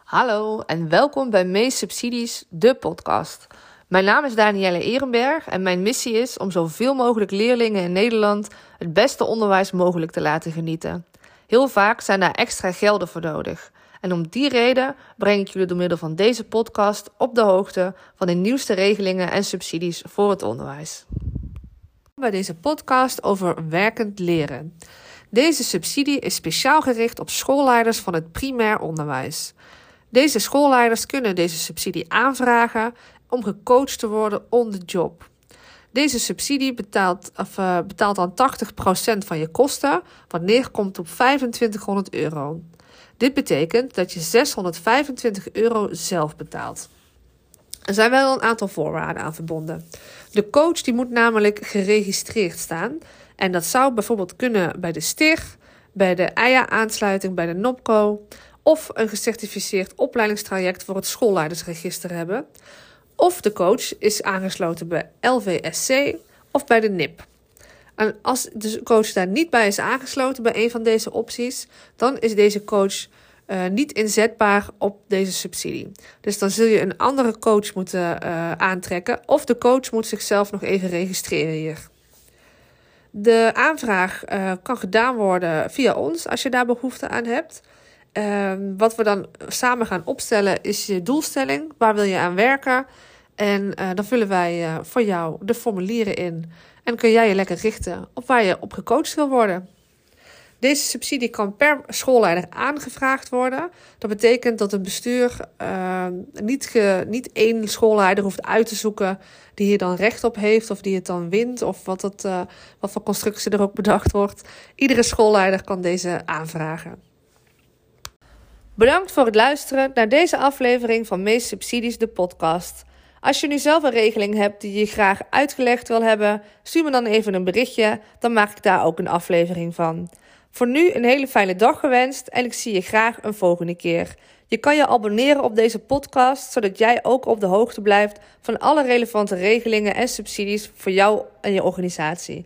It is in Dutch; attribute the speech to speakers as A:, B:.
A: Hallo en welkom bij Mees Subsidies, de podcast. Mijn naam is Danielle Ehrenberg en mijn missie is om zoveel mogelijk leerlingen in Nederland het beste onderwijs mogelijk te laten genieten. Heel vaak zijn daar extra gelden voor nodig. En om die reden breng ik jullie door middel van deze podcast op de hoogte van de nieuwste regelingen en subsidies voor het onderwijs. Bij deze podcast over werkend leren. Deze subsidie is speciaal gericht op schoolleiders van het primair onderwijs. Deze schoolleiders kunnen deze subsidie aanvragen om gecoacht te worden on the job. Deze subsidie betaalt dan 80% van je kosten, wat neerkomt op €2500. Dit betekent dat je €625 zelf betaalt. Er zijn wel een aantal voorwaarden aan verbonden. De coach die moet namelijk geregistreerd staan. En dat zou bijvoorbeeld kunnen bij de STIG, bij de EIA-aansluiting bij de NOPCO, of een gecertificeerd opleidingstraject voor het schoolleidersregister hebben. Of de coach is aangesloten bij LVSC of bij de NIP. En als de coach daar niet bij is aangesloten bij een van deze opties, dan is deze coach niet inzetbaar op deze subsidie. Dus dan zul je een andere coach moeten aantrekken of de coach moet zichzelf nog even registreren hier. De aanvraag kan gedaan worden via ons als je daar behoefte aan hebt. Wat we dan samen gaan opstellen is je doelstelling. Waar wil je aan werken? En dan vullen wij voor jou de formulieren in. En kun jij je lekker richten op waar je op gecoacht wil worden. Deze subsidie kan per schoolleider aangevraagd worden. Dat betekent dat een bestuur niet één schoolleider hoeft uit te zoeken die hier dan recht op heeft of die het dan wint of wat voor constructie er ook bedacht wordt. Iedere schoolleider kan deze aanvragen. Bedankt voor het luisteren naar deze aflevering van Mees Subsidies, de podcast. Als je nu zelf een regeling hebt die je graag uitgelegd wil hebben, stuur me dan even een berichtje, dan maak ik daar ook een aflevering van. Voor nu een hele fijne dag gewenst en ik zie je graag een volgende keer. Je kan je abonneren op deze podcast, zodat jij ook op de hoogte blijft van alle relevante regelingen en subsidies voor jou en je organisatie.